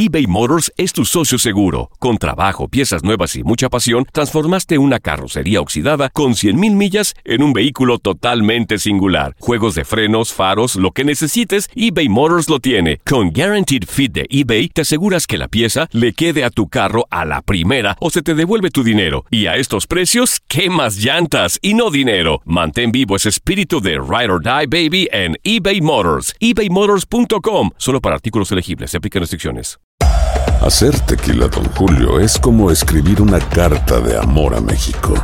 eBay Motors es tu socio seguro. Con trabajo, piezas nuevas y mucha pasión, transformaste una carrocería oxidada con 100,000 millas en un vehículo totalmente singular. Juegos de frenos, faros, lo que necesites, eBay Motors lo tiene. Con Guaranteed Fit de eBay, te aseguras que la pieza le quede a tu carro a la primera o se te devuelve tu dinero. Y a estos precios, ¿qué más llantas y no dinero? Mantén vivo ese espíritu de Ride or Die, baby, en eBay Motors. ebaymotors.com. Solo para artículos elegibles. Se aplican restricciones. Hacer tequila Don Julio es como escribir una carta de amor a México.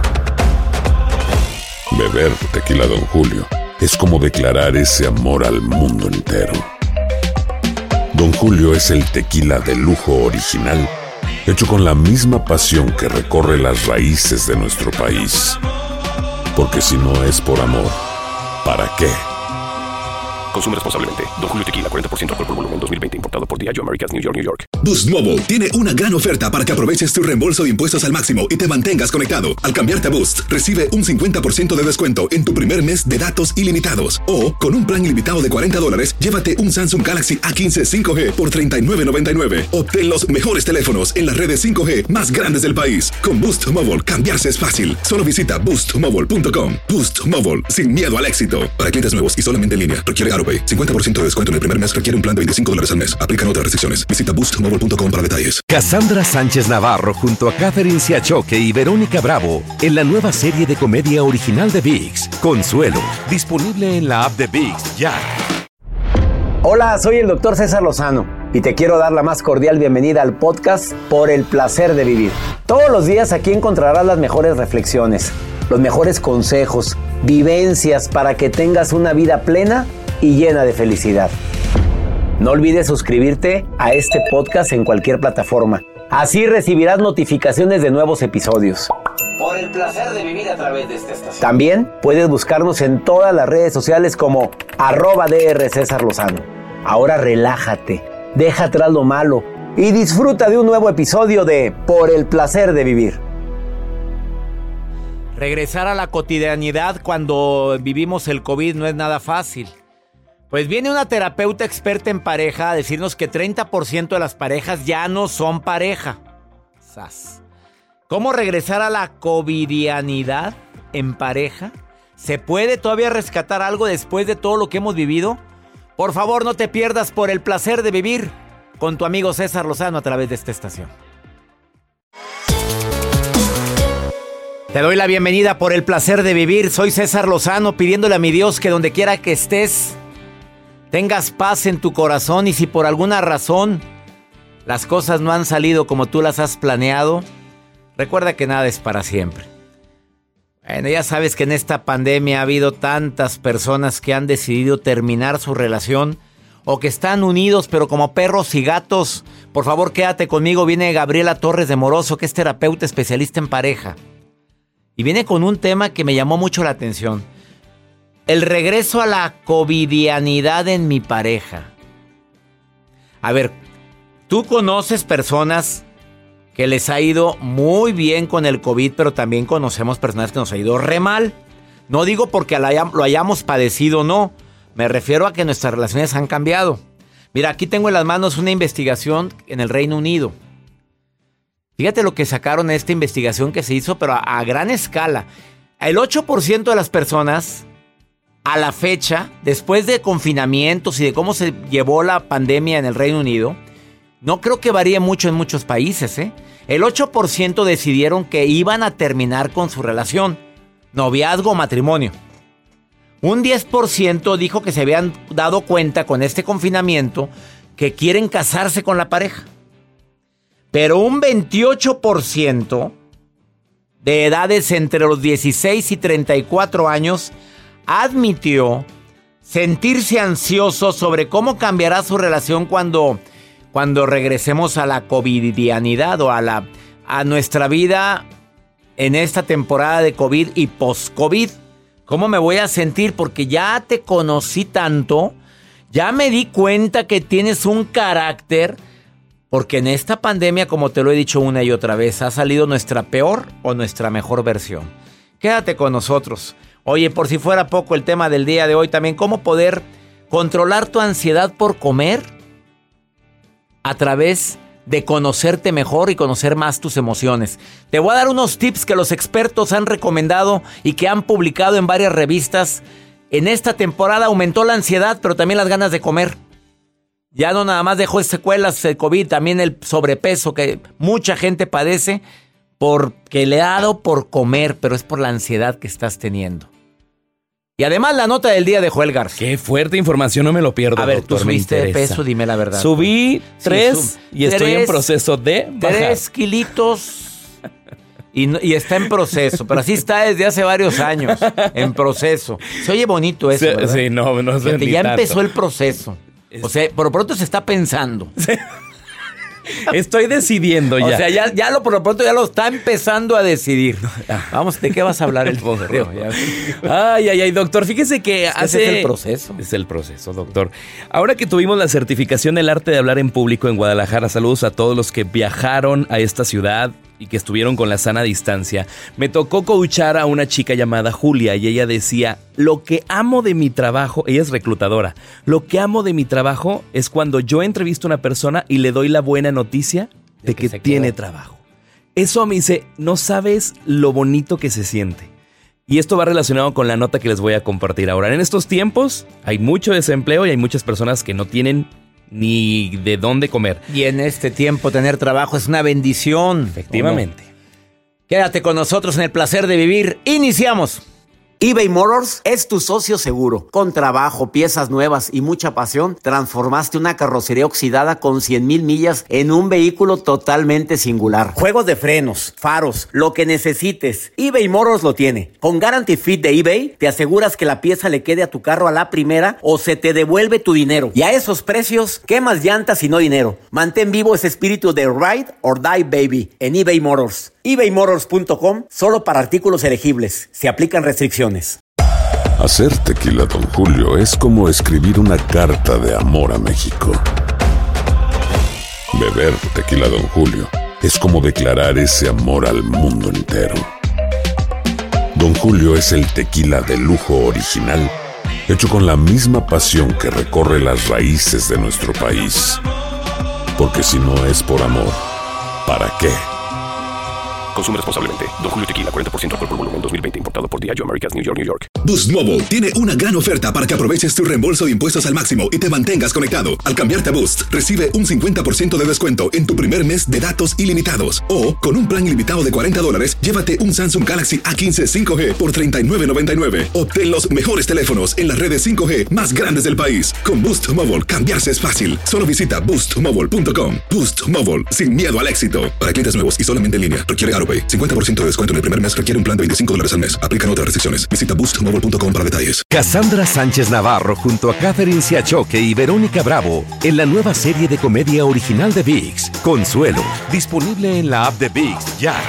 Beber tequila Don Julio es como declarar ese amor al mundo entero. Don Julio es el tequila de lujo original, hecho con la misma pasión que recorre las raíces de nuestro país. Porque si no es por amor, ¿para qué? Consume responsablemente. Don Julio Tequila, 40% alcohol por volumen, 2020. Importado por Diageo Americas, New York, New York. Boost Mobile tiene una gran oferta para que aproveches tu reembolso de impuestos al máximo y te mantengas conectado. Al cambiarte a Boost, recibe un 50% de descuento en tu primer mes de datos ilimitados. O, con un plan ilimitado de $40, llévate un Samsung Galaxy A15 5G por $39.99. Obtén los mejores teléfonos en las redes 5G más grandes del país. Con Boost Mobile, cambiarse es fácil. Solo visita boostmobile.com. Boost Mobile, sin miedo al éxito. Para clientes nuevos y solamente en línea, requiere AroPay. 50% de descuento en el primer mes requiere un plan de $25 al mes. Aplican otras restricciones. Visita boostmobile.com para detalles. Cassandra Sánchez Navarro junto a Catherine Siachoque y Verónica Bravo en la nueva serie de comedia original de ViX, Consuelo, disponible en la app de ViX ya. Hola, soy el Dr. César Lozano y te quiero dar la más cordial bienvenida al podcast Por el Placer de Vivir. Todos los días aquí encontrarás las mejores reflexiones, los mejores consejos, vivencias para que tengas una vida plena y llena de felicidad. No olvides suscribirte a este podcast en cualquier plataforma. Así recibirás notificaciones de nuevos episodios. Por el placer de vivir a través de esta estación. También puedes buscarnos en todas las redes sociales como @Dr. César Lozano. Ahora relájate, deja atrás lo malo y disfruta de un nuevo episodio de Por el Placer de Vivir. Regresar a la cotidianidad cuando vivimos el COVID no es nada fácil. Pues viene una terapeuta experta en pareja a decirnos que 30% de las parejas ya no son pareja. ¡Sas! ¿Cómo regresar a la covidianidad en pareja? ¿Se puede todavía rescatar algo después de todo lo que hemos vivido? Por favor, no te pierdas Por el Placer de Vivir con tu amigo César Lozano a través de esta estación. Te doy la bienvenida Por el Placer de Vivir. Soy César Lozano, pidiéndole a mi Dios que donde quiera que estés tengas paz en tu corazón, y si por alguna razón las cosas no han salido como tú las has planeado, recuerda que nada es para siempre. Bueno, ya sabes que en esta pandemia ha habido tantas personas que han decidido terminar su relación o que están unidos pero como perros y gatos. Por favor, quédate conmigo. Viene Gabriela Torres de Moroso, que es terapeuta especialista en pareja, y viene con un tema que me llamó mucho la atención. El regreso a la covidianidad en mi pareja. A ver, tú conoces personas que les ha ido muy bien con el COVID, pero también conocemos personas que nos ha ido re mal. No digo porque lo hayamos padecido, no. Me refiero a que nuestras relaciones han cambiado. Mira, aquí tengo en las manos una investigación en el Reino Unido. Fíjate lo que sacaron en esta investigación que se hizo, pero a gran escala. El 8% de las personas a la fecha, después de confinamientos y de cómo se llevó la pandemia en el Reino Unido, no creo que varíe mucho en muchos países, ¿eh? El 8% decidieron que iban a terminar con su relación, noviazgo o matrimonio. Un 10% dijo que se habían dado cuenta con este confinamiento que quieren casarse con la pareja. Pero un 28% de edades entre los 16 y 34 años admitió sentirse ansioso sobre cómo cambiará su relación cuando regresemos a la covidianidad o a nuestra vida en esta temporada de COVID y post-COVID. ¿Cómo me voy a sentir? Porque ya te conocí tanto, ya me di cuenta que tienes un carácter, porque en esta pandemia, como te lo he dicho una y otra vez, ha salido nuestra peor o nuestra mejor versión. Quédate con nosotros. Oye, por si fuera poco, el tema del día de hoy también, ¿cómo poder controlar tu ansiedad por comer a través de conocerte mejor y conocer más tus emociones. Te voy a dar unos tips que los expertos han recomendado y que han publicado en varias revistas. En esta temporada aumentó la ansiedad, pero también las ganas de comer. Ya no nada más dejó secuelas el COVID, también el sobrepeso que mucha gente padece porque le ha dado por comer, pero es por la ansiedad que estás teniendo. Y además la nota del día de Joel Garza. Qué fuerte información, no me lo pierdo, A ver, doctor, ¿tú subiste de peso? Dime la verdad. Subí 3 y estoy en proceso de bajar. 3 kilitos y está en proceso, pero así está desde hace varios años, en proceso. Se oye bonito eso, ¿verdad? Sí, no sé. Ya empezó el proceso. O sea, por lo pronto se está pensando. Estoy decidiendo ya. O sea, por lo pronto ya lo está empezando a decidir. Vamos, ¿de qué vas a hablar el día? Ay, doctor, fíjese que Ese es el proceso. Es el proceso, doctor. Ahora que tuvimos la certificación del arte de hablar en público en Guadalajara, saludos a todos los que viajaron a esta ciudad y que estuvieron con la sana distancia. Me tocó coachar a una chica llamada Julia y ella decía, lo que amo de mi trabajo, ella es reclutadora, lo que amo de mi trabajo es cuando yo entrevisto a una persona y le doy la buena noticia de que tiene trabajo. Eso me dice, no sabes lo bonito que se siente. Y esto va relacionado con la nota que les voy a compartir ahora. En estos tiempos hay mucho desempleo y hay muchas personas que no tienen ni de dónde comer. Y en este tiempo tener trabajo es una bendición. Efectivamente. Quédate con nosotros en el placer de vivir. Iniciamos. eBay Motors es tu socio seguro. Con trabajo, piezas nuevas y mucha pasión, transformaste una carrocería oxidada con 100,000 millas en un vehículo totalmente singular. Juegos de frenos, faros, lo que necesites, eBay Motors lo tiene. Con Guarantee Fit de eBay, te aseguras que la pieza le quede a tu carro a la primera o se te devuelve tu dinero. Y a esos precios, ¿qué más llantas y no dinero? Mantén vivo ese espíritu de Ride or Die Baby en eBay Motors. ebaymotors.com, solo para artículos elegibles. Se aplican restricciones. Hacer tequila Don Julio es como escribir una carta de amor a México. Beber tequila Don Julio es como declarar ese amor al mundo entero. Don Julio es el tequila de lujo original, hecho con la misma pasión que recorre las raíces de nuestro país. Porque si no es por amor, ¿para qué? Consume responsablemente. Don Julio Tequila, 40% alcohol por volumen, 2020. Importado por Diageo Americas, New York, New York. Boost Mobile tiene una gran oferta para que aproveches tu reembolso de impuestos al máximo y te mantengas conectado. Al cambiarte a Boost, recibe un 50% de descuento en tu primer mes de datos ilimitados. O, con un plan ilimitado de $40, llévate un Samsung Galaxy A15 5G por $39.99. Obtén los mejores teléfonos en las redes 5G más grandes del país. Con Boost Mobile, cambiarse es fácil. Solo visita boostmobile.com. Boost Mobile, sin miedo al éxito. Para clientes nuevos y solamente en línea, requiere AroPay. 50% de descuento en el primer mes requiere un plan de $25 al mes. Aplican otras restricciones. Visita boostmobile.com para detalles. Cassandra Sánchez Navarro junto a Catherine Siachoque y Verónica Bravo en la nueva serie de comedia original de ViX, Consuelo, disponible en la app de ViX ya.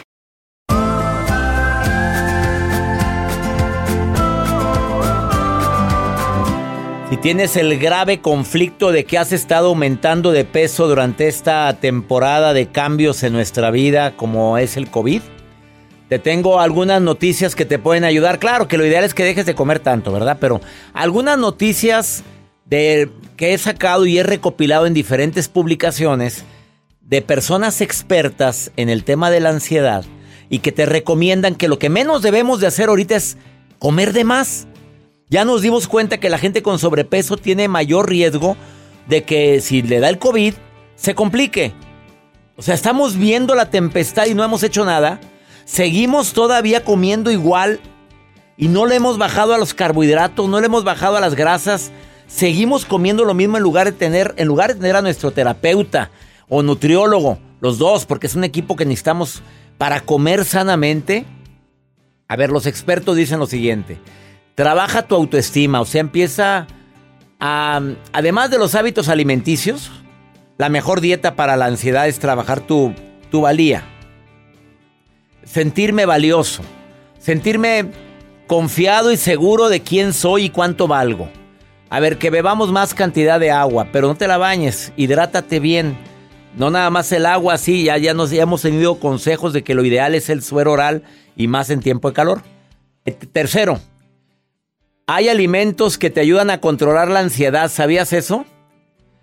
Si tienes el grave conflicto de que has estado aumentando de peso durante esta temporada de cambios en nuestra vida, como es el COVID, te tengo algunas noticias que te pueden ayudar. Claro que lo ideal es que dejes de comer tanto, ¿verdad? Pero algunas noticias que he sacado y he recopilado en diferentes publicaciones de personas expertas en el tema de la ansiedad y que te recomiendan que lo que menos debemos de hacer ahorita es comer de más. Ya nos dimos cuenta que la gente con sobrepeso tiene mayor riesgo de que si le da el COVID, se complique. O sea, estamos viendo la tempestad y no hemos hecho nada. Seguimos todavía comiendo igual y no le hemos bajado a los carbohidratos, no le hemos bajado a las grasas. Seguimos comiendo lo mismo en lugar de tener a nuestro terapeuta o nutriólogo, los dos, porque es un equipo que necesitamos para comer sanamente. A ver, los expertos dicen lo siguiente. Trabaja tu autoestima, o sea, empieza a, además de los hábitos alimenticios, la mejor dieta para la ansiedad es trabajar tu valía. Sentirme valioso, sentirme confiado y seguro de quién soy y cuánto valgo. A ver, que bebamos más cantidad de agua, pero no te la bañes, hidrátate bien. No nada más el agua, sí, ya hemos tenido consejos de que lo ideal es el suero oral y más en tiempo de calor. Tercero, hay alimentos que te ayudan a controlar la ansiedad, ¿sabías eso?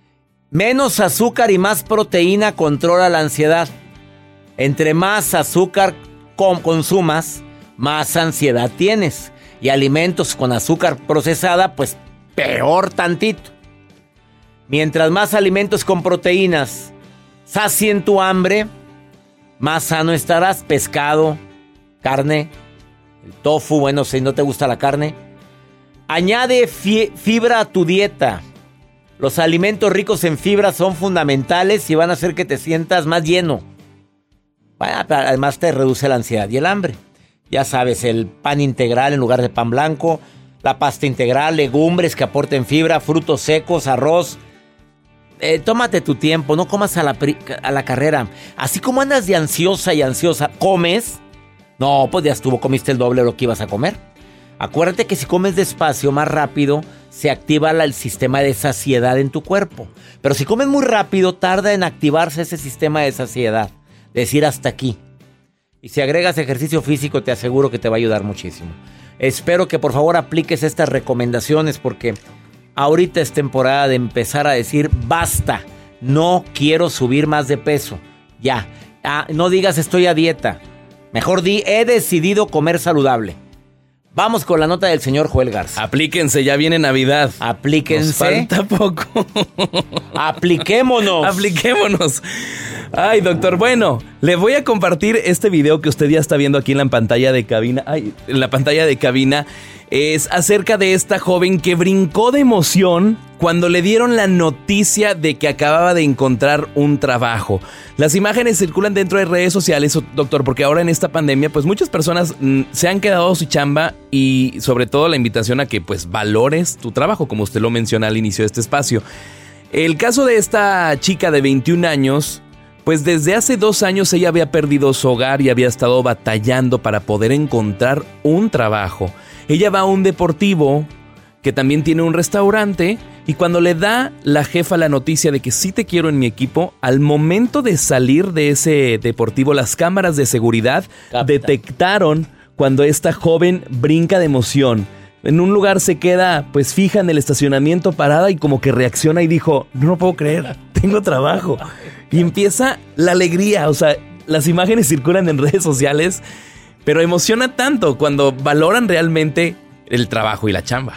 Menos azúcar y más proteína controla la ansiedad. Entre más azúcar consumas, más ansiedad tienes. Y alimentos con azúcar procesada, pues peor tantito. Mientras más alimentos con proteínas sacien tu hambre, más sano estarás. Pescado, carne, el tofu, bueno, si no te gusta la carne. Añade fibra a tu dieta. Los alimentos ricos en fibra son fundamentales y van a hacer que te sientas más lleno. Además te reduce la ansiedad y el hambre. Ya sabes, el pan integral en lugar de pan blanco, la pasta integral, legumbres que aporten fibra, frutos secos, arroz. Tómate tu tiempo, no comas a la carrera. Así como andas de ansiosa y ansiosa, ¿comes? No, pues ya estuvo, comiste el doble de lo que ibas a comer. Acuérdate que si comes despacio, más rápido, se activa el sistema de saciedad en tu cuerpo. Pero si comes muy rápido, tarda en activarse ese sistema de saciedad. Decir hasta aquí. Y si agregas ejercicio físico, te aseguro que te va a ayudar muchísimo. Espero que por favor apliques estas recomendaciones porque ahorita es temporada de empezar a decir basta. No quiero subir más de peso. Ya. No digas estoy a dieta. Mejor di he decidido comer saludable. Vamos con la nota del señor Joel Garza. Aplíquense, ya viene Navidad. Aplíquense. Nos falta poco. Apliquémonos. Apliquémonos. Ay, doctor, bueno, le voy a compartir este video que usted ya está viendo aquí en la pantalla de cabina. En la pantalla de cabina es acerca de esta joven que brincó de emoción cuando le dieron la noticia de que acababa de encontrar un trabajo. Las imágenes circulan dentro de redes sociales, doctor, porque ahora en esta pandemia, pues muchas personas se han quedado sin chamba y sobre todo la invitación a que pues valores tu trabajo, como usted lo menciona al inicio de este espacio. El caso de esta chica de 21 años... Pues desde hace 2 años ella había perdido su hogar y había estado batallando para poder encontrar un trabajo. Ella va a un deportivo que también tiene un restaurante y cuando le da la jefa la noticia de que sí te quiero en mi equipo, al momento de salir de ese deportivo, las cámaras de seguridad detectaron cuando esta joven brinca de emoción. En un lugar se queda pues fija en el estacionamiento parada y como que reacciona y dijo, no lo puedo creer, tengo trabajo. Y empieza la alegría, o sea, las imágenes circulan en redes sociales, pero emociona tanto cuando valoran realmente el trabajo y la chamba.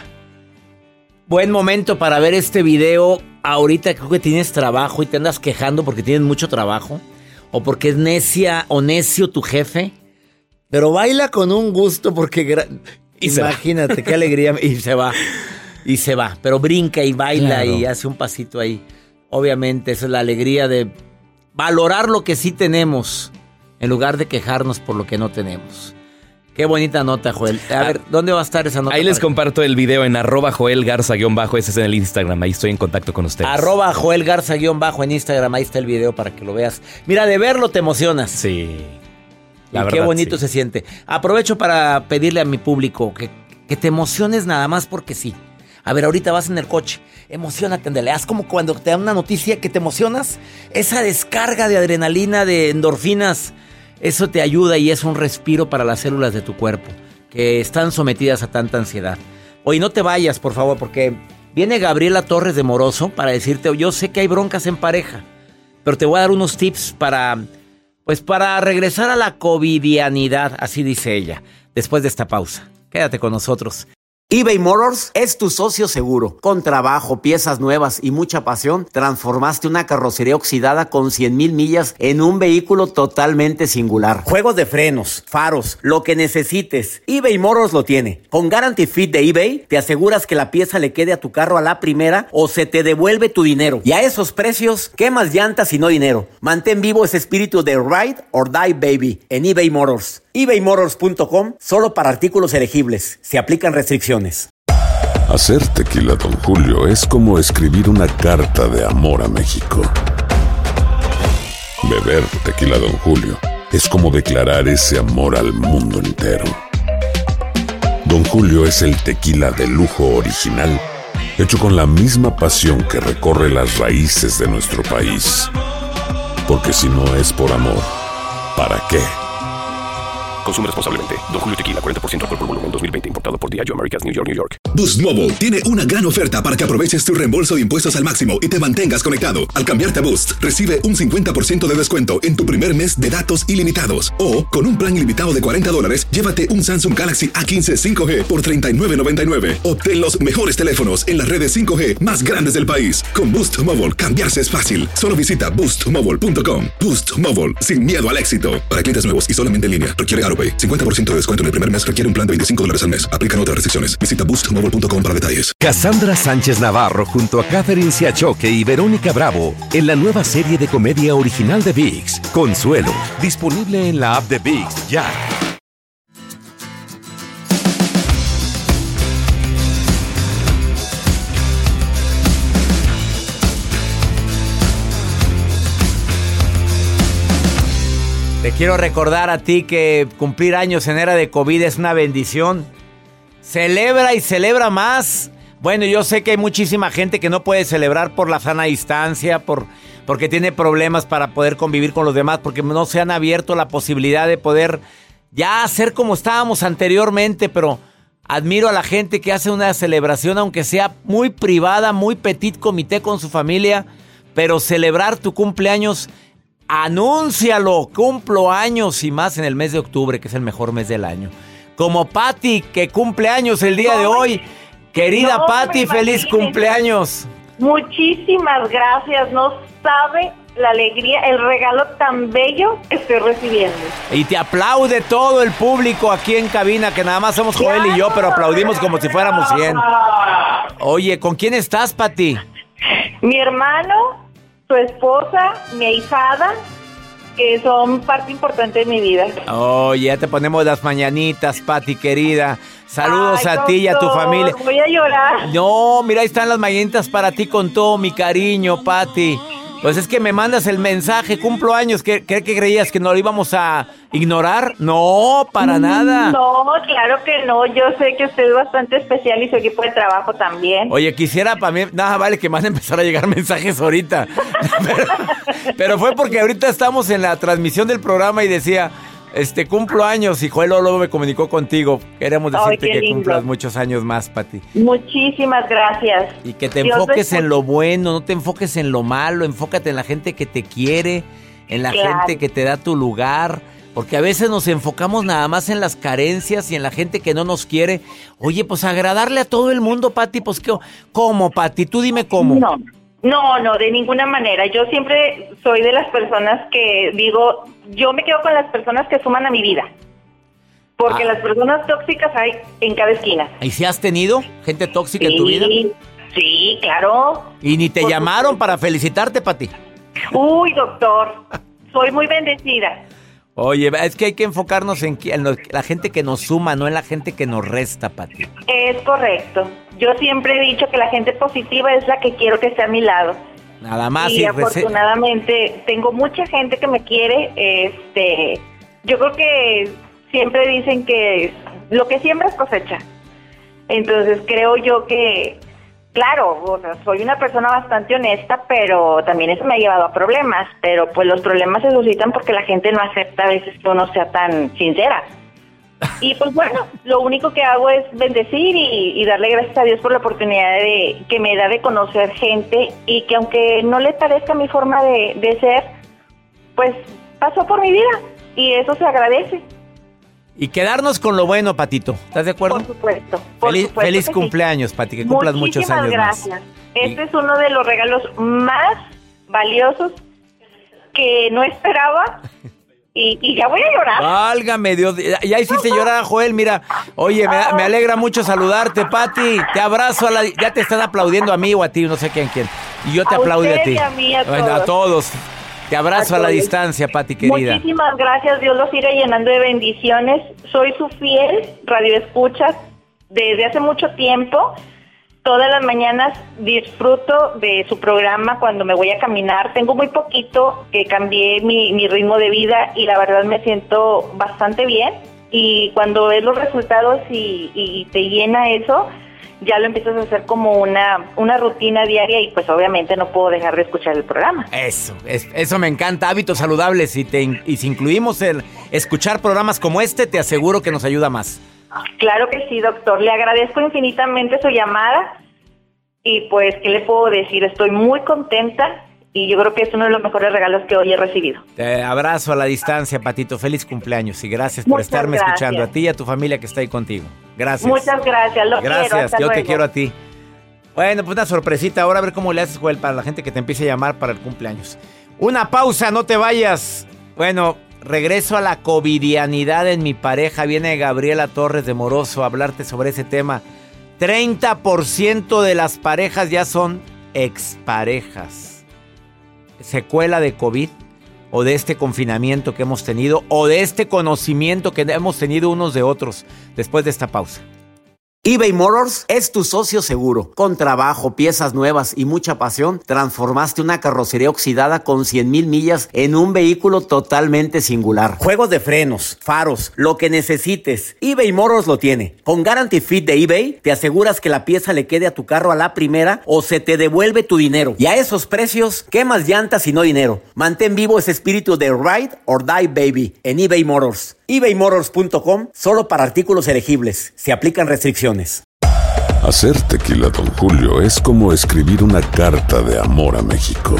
Buen momento para ver este video. Ahorita creo que tienes trabajo y te andas quejando porque tienes mucho trabajo o porque es necia o necio tu jefe, pero baila con un gusto porque... Imagínate qué alegría y se va, pero brinca y baila, claro, y hace un pasito ahí. Obviamente esa es la alegría de valorar lo que sí tenemos en lugar de quejarnos por lo que no tenemos. Qué bonita nota, Joel. A ver, ¿dónde va a estar esa nota? Ahí les comparto el video en @JoelGarza_, ese es en el Instagram, ahí estoy en contacto con ustedes. @JoelGarza_ en Instagram, ahí está el video para que lo veas. Mira, de verlo te emocionas. Sí. Y qué bonito se siente. Aprovecho para pedirle a mi público que te emociones nada más porque sí. A ver, ahorita vas en el coche, emociónate, andale. Haz como cuando te dan una noticia que te emocionas. Esa descarga de adrenalina, de endorfinas, eso te ayuda y es un respiro para las células de tu cuerpo que están sometidas a tanta ansiedad. Oye, no te vayas, por favor, porque viene Gabriela Torres de Moroso para decirte, yo sé que hay broncas en pareja, pero te voy a dar unos tips para regresar a la covidianidad, así dice ella, después de esta pausa. Quédate con nosotros. eBay Motors es tu socio seguro. Con trabajo, piezas nuevas y mucha pasión, transformaste una carrocería oxidada con 100,000 millas en un vehículo totalmente singular. Juegos de frenos, faros, lo que necesites, eBay Motors lo tiene. Con Guarantee Fit de eBay, te aseguras que la pieza le quede a tu carro a la primera o se te devuelve tu dinero. Y a esos precios, ¿qué más llantas y no dinero? Mantén vivo ese espíritu de Ride or Die Baby en eBay Motors. ebaymotors.com, solo para artículos elegibles. Se aplican restricciones. Hacer tequila Don Julio es como escribir una carta de amor a México. Beber tequila Don Julio es como declarar ese amor al mundo entero. Don Julio es el tequila de lujo original, hecho con la misma pasión que recorre las raíces de nuestro país. Porque si no es por amor, ¿para qué? Consume responsablemente. Don Julio Tequila, 40% alcohol por volumen, 2020. Importado por Diageo Americas, New York, New York. Boost Mobile tiene una gran oferta para que aproveches tu reembolso de impuestos al máximo y te mantengas conectado. Al cambiarte a Boost, recibe un 50% de descuento en tu primer mes de datos ilimitados. O, con un plan ilimitado de $40, llévate un Samsung Galaxy A15 5G por $39.99. Obtén los mejores teléfonos en las redes 5G más grandes del país. Con Boost Mobile, cambiarse es fácil. Solo visita boostmobile.com. Boost Mobile, sin miedo al éxito. Para clientes nuevos y solamente en línea, requiere AutoPay. 50% de descuento en el primer mes requiere un plan de $25 al mes. Aplican otras restricciones. Visita boostmobile.com para detalles. Cassandra Sánchez Navarro junto a Catherine Siachoque y Verónica Bravo en la nueva serie de comedia original de ViX, Consuelo, disponible en la app de ViX ya. Te quiero recordar a ti que cumplir años en era de COVID es una bendición. Celebra y celebra más. Bueno, yo sé que hay muchísima gente que no puede celebrar por la sana distancia, porque tiene problemas para poder convivir con los demás, porque no se han abierto la posibilidad de poder ya hacer como estábamos anteriormente, pero admiro a la gente que hace una celebración, aunque sea muy privada, muy petit comité con su familia, pero celebrar tu cumpleaños, anúncialo, cumplo años y más en el mes de octubre, que es el mejor mes del año. Como Pati, que cumple años el día de hoy. Querida Pati, feliz cumpleaños. Muchísimas gracias, no sabe la alegría, el regalo tan bello que estoy recibiendo. Y te aplaude todo el público aquí en cabina, que nada más somos Joel y yo, pero aplaudimos como si fuéramos 100. Oye, ¿con quién estás, Pati? Mi hermano, su esposa, mi ahijada, que son parte importante de mi vida. Oye, ya te ponemos las mañanitas, Pati, querida. Saludos a ti y a tu familia. Voy a llorar. No, mira, ahí están las mañanitas para ti con todo mi cariño, Pati. Pues es que me mandas el mensaje, cumplo años. ¿Qué creías? ¿Que no lo íbamos a ignorar? No, para nada. No, claro que no. Yo sé que usted es bastante especial y su equipo de trabajo también. Oye, quisiera para mí... Nada, vale, que van a empezar a llegar mensajes ahorita. pero fue porque ahorita estamos en la transmisión del programa y decía... cumplo años y Joel luego me comunicó contigo. Queremos decirte que cumplas muchos años más, Pati. Muchísimas gracias. Y que te enfoques en lo bueno, no te enfoques en lo malo, enfócate en la gente que te quiere, en la gente que te da tu lugar, porque a veces nos enfocamos nada más en las carencias y en la gente que no nos quiere. Oye, pues agradarle a todo el mundo, Pati, pues ¿cómo, Pati? Tú dime cómo. No, de ninguna manera. Yo siempre soy de las personas que digo, yo me quedo con las personas que suman a mi vida. Porque las personas tóxicas hay en cada esquina. ¿Y si has tenido gente tóxica en tu vida? Sí, claro. ¿Y ni te llamaron para felicitarte, Pati? Uy, doctor, soy muy bendecida. Oye, es que hay que enfocarnos en la gente que nos suma, no en la gente que nos resta, Pati. Es correcto. Yo siempre he dicho que la gente positiva es la que quiero que esté a mi lado. Nada más. Y afortunadamente tengo mucha gente que me quiere. Yo creo que siempre dicen que lo que siembras cosecha. Entonces creo yo que, claro, o sea, soy una persona bastante honesta, pero también eso me ha llevado a problemas. Pero pues los problemas se suscitan porque la gente no acepta a veces que uno sea tan sincera. Y pues bueno, lo único que hago es bendecir y darle gracias a Dios por la oportunidad que me da de conocer gente y que aunque no le parezca mi forma de ser, pues pasó por mi vida y eso se agradece. Y quedarnos con lo bueno, Patito. ¿Estás de acuerdo? Por supuesto. Feliz cumpleaños, sí. Pati, que cumplas muchos años gracias. más. Este es uno de los regalos más valiosos que no esperaba. Y ya voy a llorar. Válgame Dios, ya hiciste llorar a Joel, mira. Oye, me alegra mucho saludarte, Pati. Te abrazo, ya te están aplaudiendo a mí o a ti, no sé quién. Y yo te aplaudo a ti. A todos. Te abrazo a la distancia, Pati, querida. Muchísimas gracias, Dios los siga llenando de bendiciones. Soy su fiel radioescucha desde hace mucho tiempo. Todas las mañanas disfruto de su programa cuando me voy a caminar. Tengo muy poquito que cambié mi ritmo de vida y la verdad me siento bastante bien. Y cuando ves los resultados y te llena eso, ya lo empiezas a hacer como una rutina diaria y pues obviamente no puedo dejar de escuchar el programa. Eso me encanta, hábitos saludables, y si incluimos el escuchar programas como este, te aseguro que nos ayuda más. Claro que sí, doctor, le agradezco infinitamente su llamada y pues, ¿qué le puedo decir? Estoy muy contenta y yo creo que es uno de los mejores regalos que hoy he recibido. Te abrazo a la distancia, Patito, feliz cumpleaños y gracias por estarme escuchando, a ti y a tu familia que está ahí contigo. Gracias. Muchas gracias, Gracias, quiero, yo te quiero a ti. Bueno, pues una sorpresita, ahora a ver cómo le haces, Joel, para la gente que te empiece a llamar para el cumpleaños. Una pausa, no te vayas. Bueno, regreso a la covidianidad en mi pareja. Viene Gabriela Torres de Moroso a hablarte sobre ese tema. 30% de las parejas ya son exparejas. ¿Secuela de COVID? ¿O de este confinamiento que hemos tenido? ¿O de este conocimiento que hemos tenido unos de otros? Después de esta pausa. eBay Motors es tu socio seguro. Con trabajo, piezas nuevas y mucha pasión, transformaste una carrocería oxidada con 100,000 millas en un vehículo totalmente singular. Juegos de frenos, faros, lo que necesites, eBay Motors lo tiene. Con Guarantee Fit de eBay, te aseguras que la pieza le quede a tu carro a la primera o se te devuelve tu dinero. Y a esos precios, ¿qué más llantas y no dinero? Mantén vivo ese espíritu de Ride or Die Baby en eBay Motors. ebaymotors.com, solo para artículos elegibles. Se aplican restricciones. Hacer tequila Don Julio es como escribir una carta de amor a México.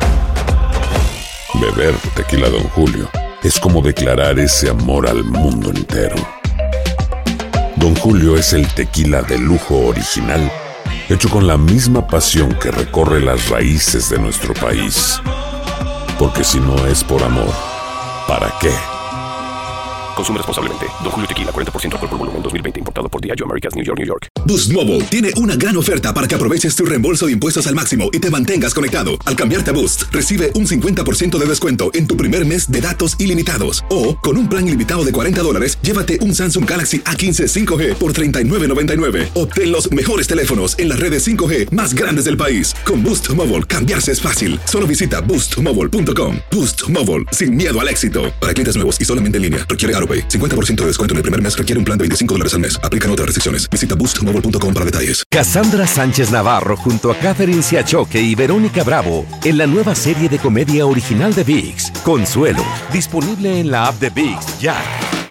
Beber tequila Don Julio es como declarar ese amor al mundo entero. Don Julio es el tequila de lujo original, hecho con la misma pasión que recorre las raíces de nuestro país. Porque si no es por amor, ¿para qué? Consume responsablemente. Don Julio Tequila, 40% alcohol por volumen, 2020. Importado por Diageo Americas, New York, New York. Boost Mobile tiene una gran oferta para que aproveches tu reembolso de impuestos al máximo y te mantengas conectado. Al cambiarte a Boost, recibe un 50% de descuento en tu primer mes de datos ilimitados. O, con un plan ilimitado de $40, llévate un Samsung Galaxy A15 5G por $39.99. Obtén los mejores teléfonos en las redes 5G más grandes del país. Con Boost Mobile, cambiarse es fácil. Solo visita boostmobile.com. Boost Mobile, sin miedo al éxito. Para clientes nuevos y solamente en línea, requiere AroPay. 50% de descuento en el primer mes requiere un plan de $25 al mes. Aplican otras restricciones. Visita boostmobile.com para detalles. Cassandra Sánchez Navarro junto a Catherine Siachoque y Verónica Bravo en la nueva serie de comedia original de ViX, Consuelo, disponible en la app de ViX ya.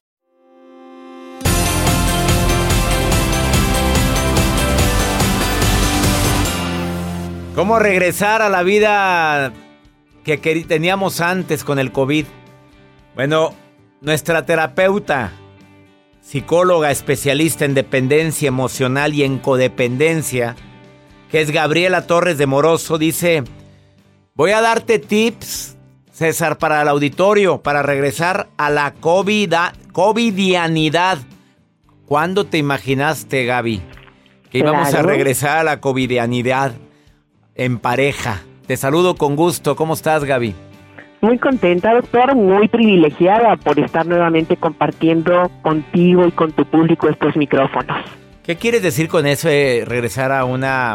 ¿Cómo regresar a la vida que teníamos antes con el COVID? Bueno, nuestra terapeuta, psicóloga especialista en dependencia emocional y en codependencia, que es Gabriela Torres de Moroso, dice: voy a darte tips, César, para el auditorio, para regresar a la covidianidad. ¿Cuándo te imaginaste, Gaby, que íbamos a regresar a la covidianidad en pareja? Te saludo con gusto. ¿Cómo estás, Gaby? Muy contenta, doctor, muy privilegiada por estar nuevamente compartiendo contigo y con tu público estos micrófonos. ¿Qué quieres decir con eso de regresar a una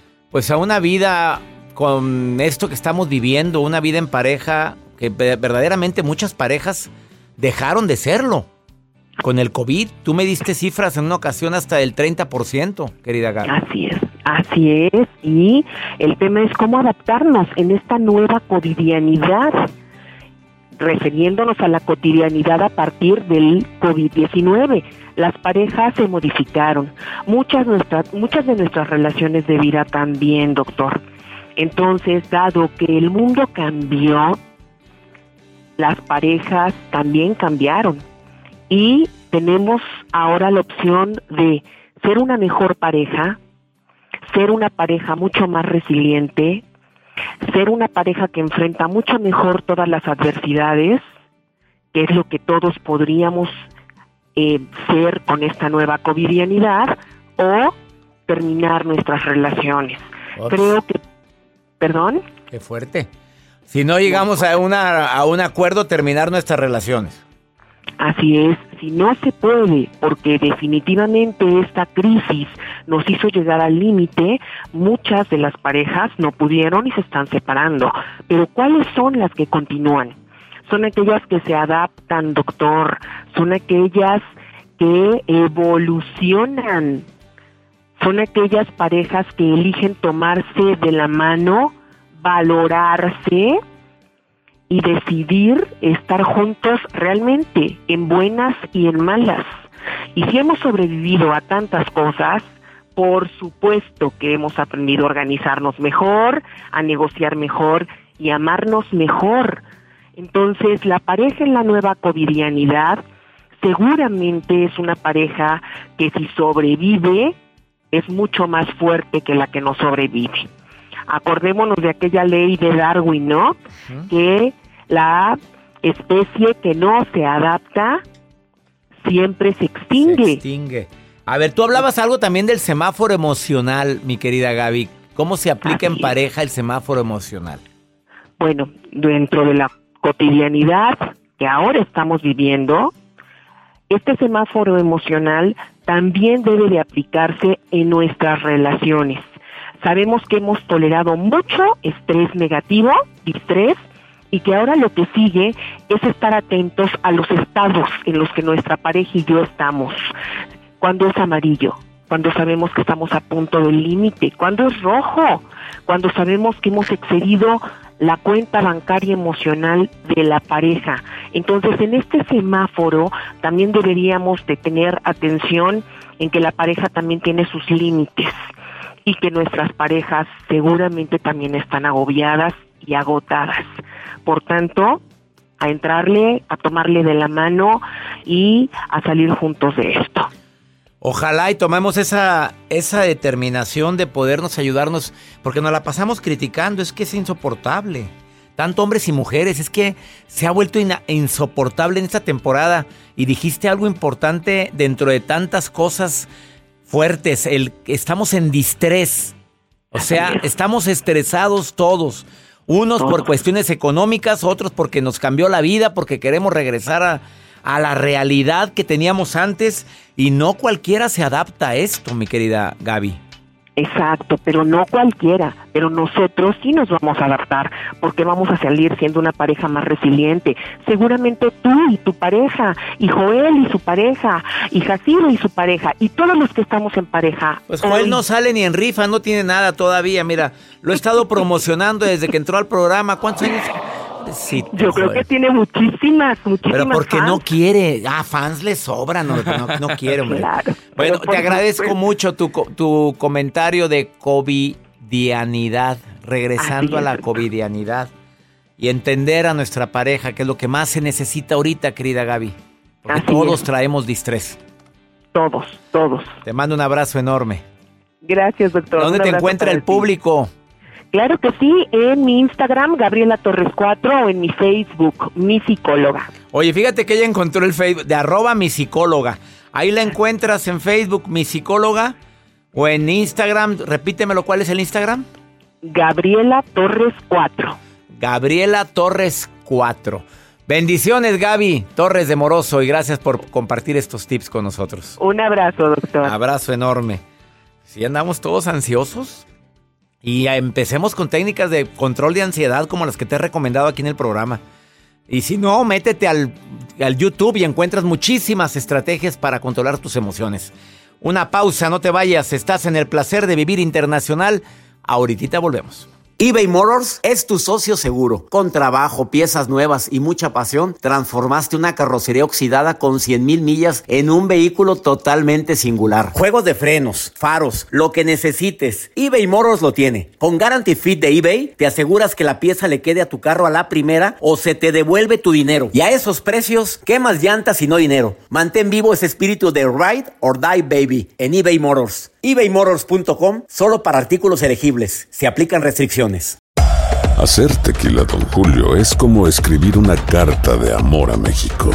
vida con esto que estamos viviendo, una vida en pareja, que verdaderamente muchas parejas dejaron de serlo con el COVID? Tú me diste cifras en una ocasión hasta del 30%, querida Gaby. Así es, y el tema es cómo adaptarnos en esta nueva cotidianidad, refiriéndonos a la cotidianidad a partir del COVID-19. Las parejas se modificaron, muchas de nuestras relaciones de vida también, doctor. Entonces, dado que el mundo cambió, las parejas también cambiaron y tenemos ahora la opción de ser una mejor pareja, ser una pareja mucho más resiliente, ser una pareja que enfrenta mucho mejor todas las adversidades, que es lo que todos podríamos ser con esta nueva covidianidad, o terminar nuestras relaciones. Ups. Creo que... ¿Perdón? Qué fuerte. Si no llegamos a un acuerdo, terminar nuestras relaciones. Así es, si no se puede, porque definitivamente esta crisis nos hizo llegar al límite, muchas de las parejas no pudieron y se están separando. Pero ¿cuáles son las que continúan? Son aquellas que se adaptan, doctor, son aquellas que evolucionan, son aquellas parejas que eligen tomarse de la mano, valorarse y decidir estar juntos realmente, en buenas y en malas. Y si hemos sobrevivido a tantas cosas, por supuesto que hemos aprendido a organizarnos mejor, a negociar mejor y a amarnos mejor. Entonces, la pareja en la nueva covidianidad seguramente es una pareja que si sobrevive es mucho más fuerte que la que no sobrevive. Acordémonos de aquella ley de Darwin, ¿no? Que la especie que no se adapta siempre se extingue. A ver, tú hablabas algo también del semáforo emocional, mi querida Gaby. ¿Cómo se aplica en pareja el semáforo emocional? Bueno, dentro de la cotidianidad que ahora estamos viviendo, este semáforo emocional también debe de aplicarse en nuestras relaciones. Sabemos que hemos tolerado mucho estrés negativo, distrés, y que ahora lo que sigue es estar atentos a los estados en los que nuestra pareja y yo estamos. Cuando es amarillo, cuando sabemos que estamos a punto del límite, cuando es rojo, cuando sabemos que hemos excedido la cuenta bancaria emocional de la pareja. Entonces, en este semáforo también deberíamos de tener atención en que la pareja también tiene sus límites y que nuestras parejas seguramente también están agobiadas y agotadas. Por tanto, a entrarle, a tomarle de la mano y a salir juntos de esto. Ojalá y tomemos esa determinación de podernos ayudarnos, porque nos la pasamos criticando, es que es insoportable. Tanto hombres y mujeres, es que se ha vuelto insoportable en esta temporada. Y dijiste algo importante dentro de tantas cosas fuertes, estamos en distrés. O sea, estamos estresados todos. Unos por cuestiones económicas, otros porque nos cambió la vida, porque queremos regresar a la realidad que teníamos antes, y no cualquiera se adapta a esto, mi querida Gaby. Exacto, pero no cualquiera, pero nosotros sí nos vamos a adaptar, porque vamos a salir siendo una pareja más resiliente. Seguramente tú y tu pareja, y Joel y su pareja, y Jacibe y su pareja, y todos los que estamos en pareja. Pues Joel no sale ni en rifa, no tiene nada todavía, mira, lo he estado promocionando desde que entró al programa. ¿Cuántos años? Sí, yo creo que tiene muchísimas pero porque fans. No quiere, fans le sobran, no quiere, hombre. Claro, bueno, te agradezco mucho tu comentario de covidianidad, regresando a la covidianidad y entender a nuestra pareja, que es lo que más se necesita ahorita, querida Gaby, porque todos traemos distrés. Todos. Te mando un abrazo enorme. Gracias, doctor. ¿Dónde te encuentra el público? Claro que sí, en mi Instagram, Gabriela Torres 4, o en mi Facebook, Mi Psicóloga. Oye, fíjate que ella encontró el Facebook de @misicóloga. Ahí la encuentras en Facebook, Mi Psicóloga, o en Instagram. Repítemelo, ¿cuál es el Instagram? Gabriela Torres 4. Gabriela Torres 4. Bendiciones, Gaby Torres de Moroso, y gracias por compartir estos tips con nosotros. Un abrazo, doctor. Abrazo enorme. ¿Sí andamos todos ansiosos? Y empecemos con técnicas de control de ansiedad como las que te he recomendado aquí en el programa. Y si no, métete al YouTube y encuentras muchísimas estrategias para controlar tus emociones. Una pausa, no te vayas. Estás en el placer de vivir internacional. Ahorita volvemos. eBay Motors es tu socio seguro. Con trabajo, piezas nuevas y mucha pasión, transformaste una carrocería oxidada con 100,000 millas en un vehículo totalmente singular. Juegos de frenos, faros, lo que necesites, eBay Motors lo tiene. Con Guarantee Fit de eBay, te aseguras que la pieza le quede a tu carro a la primera o se te devuelve tu dinero. Y a esos precios, ¿qué más llantas y no dinero? Mantén vivo ese espíritu de Ride or Die Baby en eBay Motors. ebaymotors.com, solo para artículos elegibles. Se aplican restricciones. Hacer tequila Don Julio es como escribir una carta de amor a México.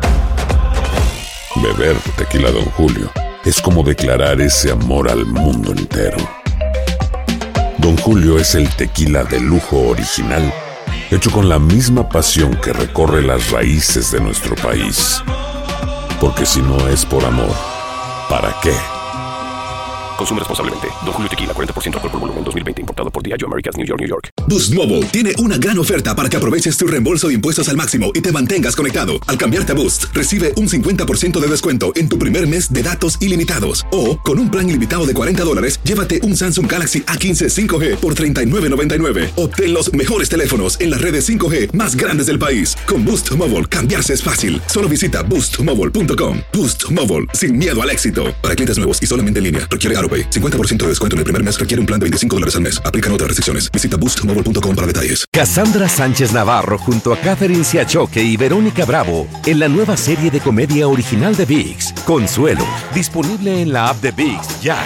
Beber tequila Don Julio es como declarar ese amor al mundo entero. Don Julio es el tequila de lujo original, hecho con la misma pasión que recorre las raíces de nuestro país. Porque si no es por amor, ¿para qué? Consume responsablemente. Don Julio Tequila, 40% alcohol por volumen, 2020. Importado por Diageo Americas, New York, New York. Boost Mobile tiene una gran oferta para que aproveches tu reembolso de impuestos al máximo y te mantengas conectado. Al cambiarte a Boost, recibe un 50% de descuento en tu primer mes de datos ilimitados. O, con un plan ilimitado de $40, llévate un Samsung Galaxy A15 5G por $39.99. Obtén los mejores teléfonos en las redes 5G más grandes del país. Con Boost Mobile, cambiarse es fácil. Solo visita boostmobile.com. Boost Mobile, sin miedo al éxito. Para clientes nuevos y solamente en línea, requiere AroPay. 50% de descuento en el primer mes requiere un plan de $25 al mes. Aplican otras restricciones. Visita boostmobile.com para detalles. Cassandra Sánchez Navarro junto a Catherine Siachoque y Verónica Bravo en la nueva serie de comedia original de ViX, Consuelo, disponible en la app de ViX ya.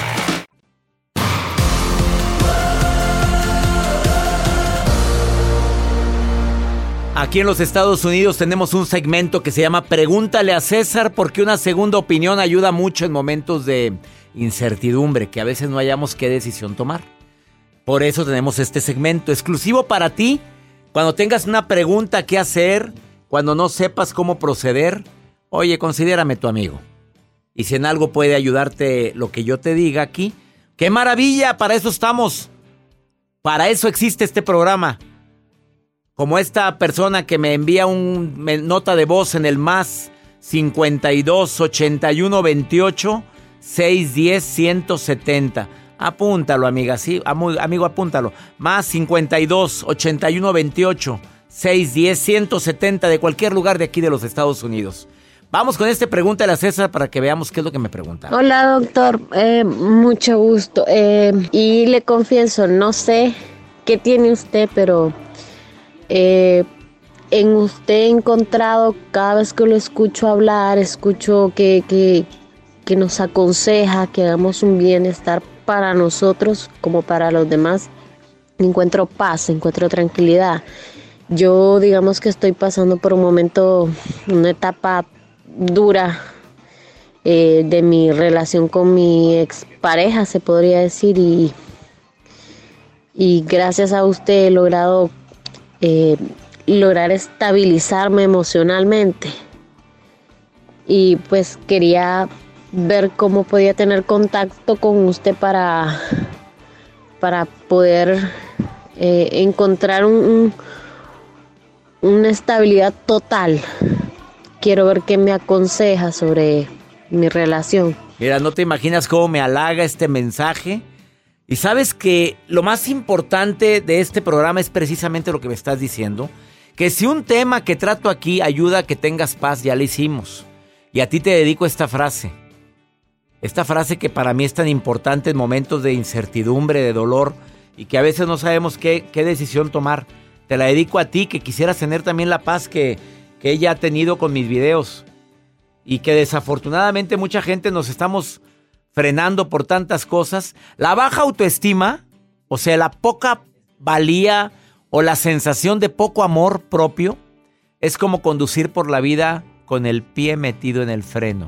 Aquí en los Estados Unidos tenemos un segmento que se llama Pregúntale a César, porque una segunda opinión ayuda mucho en momentos de incertidumbre, que a veces no hayamos qué decisión tomar. Por eso tenemos este segmento exclusivo para ti. Cuando tengas una pregunta que hacer, cuando no sepas cómo proceder, oye, considérame tu amigo. Y si en algo puede ayudarte lo que yo te diga aquí, ¡qué maravilla! Para eso estamos. Para eso existe este programa. Como esta persona que me envía una nota de voz en el más 52 81 28 610 170. Apúntalo, amiga, sí, amigo, apúntalo. Más 52 81 28 610 170 de cualquier lugar de aquí de los Estados Unidos. Vamos con Pregúntale a César para que veamos qué es lo que me pregunta. Hola, doctor, mucho gusto. Y le confieso, no sé qué tiene usted, pero en usted he encontrado, cada vez que lo escucho hablar, escucho que nos aconseja que hagamos un bienestar para nosotros como para los demás. Encuentro paz, encuentro tranquilidad. Yo digamos que estoy pasando por un momento, una etapa dura de mi relación con mi expareja, se podría decir, y gracias a usted he logrado lograr estabilizarme emocionalmente. Y pues quería ver cómo podía tener contacto con usted para poder encontrar una estabilidad total. Quiero ver qué me aconseja sobre mi relación. Mira, no te imaginas cómo me halaga este mensaje. Y sabes que lo más importante de este programa es precisamente lo que me estás diciendo. Que si un tema que trato aquí ayuda a que tengas paz, ya lo hicimos. Y a ti te dedico esta frase. Esta frase que para mí es tan importante en momentos de incertidumbre, de dolor, y que a veces no sabemos qué decisión tomar. Te la dedico a ti, que quisieras tener también la paz que ella ha tenido con mis videos. Y que desafortunadamente mucha gente nos estamos frenando por tantas cosas. La baja autoestima, o sea, la poca valía o la sensación de poco amor propio, es como conducir por la vida con el pie metido en el freno.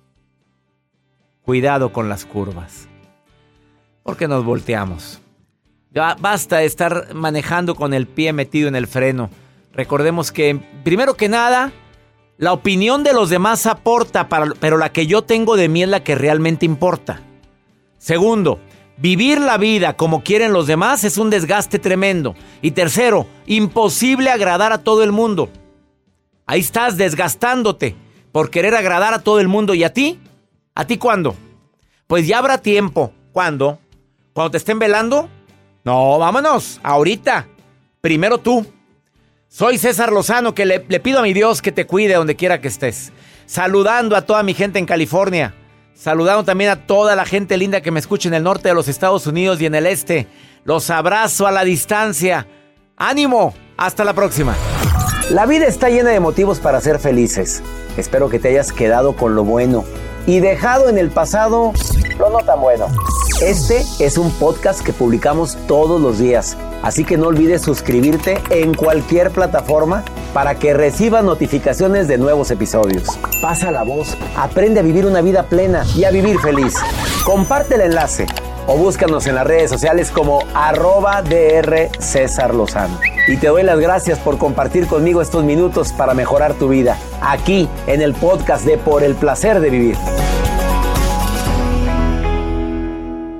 Cuidado con las curvas, porque nos volteamos. Ya basta de estar manejando con el pie metido en el freno. Recordemos que, primero que nada, la opinión de los demás aporta, pero la que yo tengo de mí es la que realmente importa. Segundo, vivir la vida como quieren los demás es un desgaste tremendo. Y tercero, imposible agradar a todo el mundo. Ahí estás desgastándote por querer agradar a todo el mundo. ¿Y a ti? ¿A ti cuándo? Pues ya habrá tiempo. ¿Cuándo? ¿Cuando te estén velando? No, vámonos, ahorita. Primero tú. Soy César Lozano, que le pido a mi Dios que te cuide donde quiera que estés. Saludando a toda mi gente en California. Saludando también a toda la gente linda que me escucha en el norte de los Estados Unidos y en el este. Los abrazo a la distancia. ¡Ánimo! Hasta la próxima. La vida está llena de motivos para ser felices. Espero que te hayas quedado con lo bueno y dejado en el pasado lo no tan bueno. Este es un podcast que publicamos todos los días, así que no olvides suscribirte en cualquier plataforma para que recibas notificaciones de nuevos episodios. Pasa la voz, aprende a vivir una vida plena y a vivir feliz. Comparte el enlace o búscanos en las redes sociales como @Dr. César Lozano. Y te doy las gracias por compartir conmigo estos minutos para mejorar tu vida, aquí en el podcast de Por el Placer de Vivir.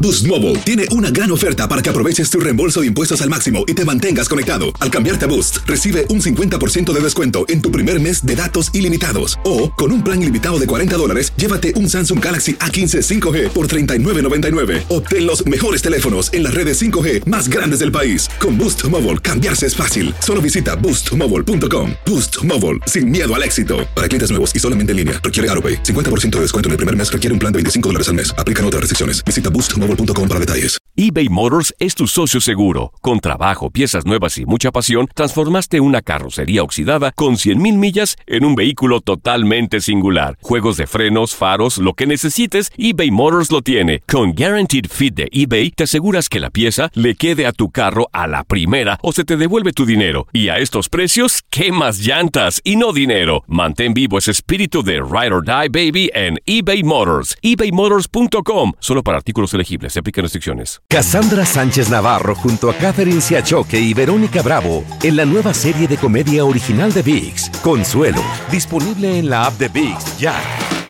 Boost Mobile tiene una gran oferta para que aproveches tu reembolso de impuestos al máximo y te mantengas conectado. Al cambiarte a Boost, recibe un 50% de descuento en tu primer mes de datos ilimitados. O, con un plan ilimitado de $40, llévate un Samsung Galaxy A15 5G por $39.99. Obtén los mejores teléfonos en las redes 5G más grandes del país. Con Boost Mobile, cambiarse es fácil. Solo visita boostmobile.com. Boost Mobile, sin miedo al éxito. Para clientes nuevos y solamente en línea, requiere AroPay. 50% de descuento en el primer mes requiere un plan de $25 al mes. Aplican otras restricciones. Visita boostmobile.com para detalles. eBay Motors es tu socio seguro. Con trabajo, piezas nuevas y mucha pasión, transformaste una carrocería oxidada con 100,000 millas en un vehículo totalmente singular. Juegos de frenos, faros, lo que necesites, eBay Motors lo tiene. Con Guaranteed Fit de eBay, te aseguras que la pieza le quede a tu carro a la primera o se te devuelve tu dinero. Y a estos precios, ¿qué más llantas y no dinero? Mantén vivo ese espíritu de Ride or Die, baby, en eBay Motors. ebaymotors.com. Solo para artículos elegibles. Se aplican restricciones. Cassandra Sánchez Navarro junto a Catherine Siachoque y Verónica Bravo en la nueva serie de comedia original de ViX, Consuelo, disponible en la app de ViX ya.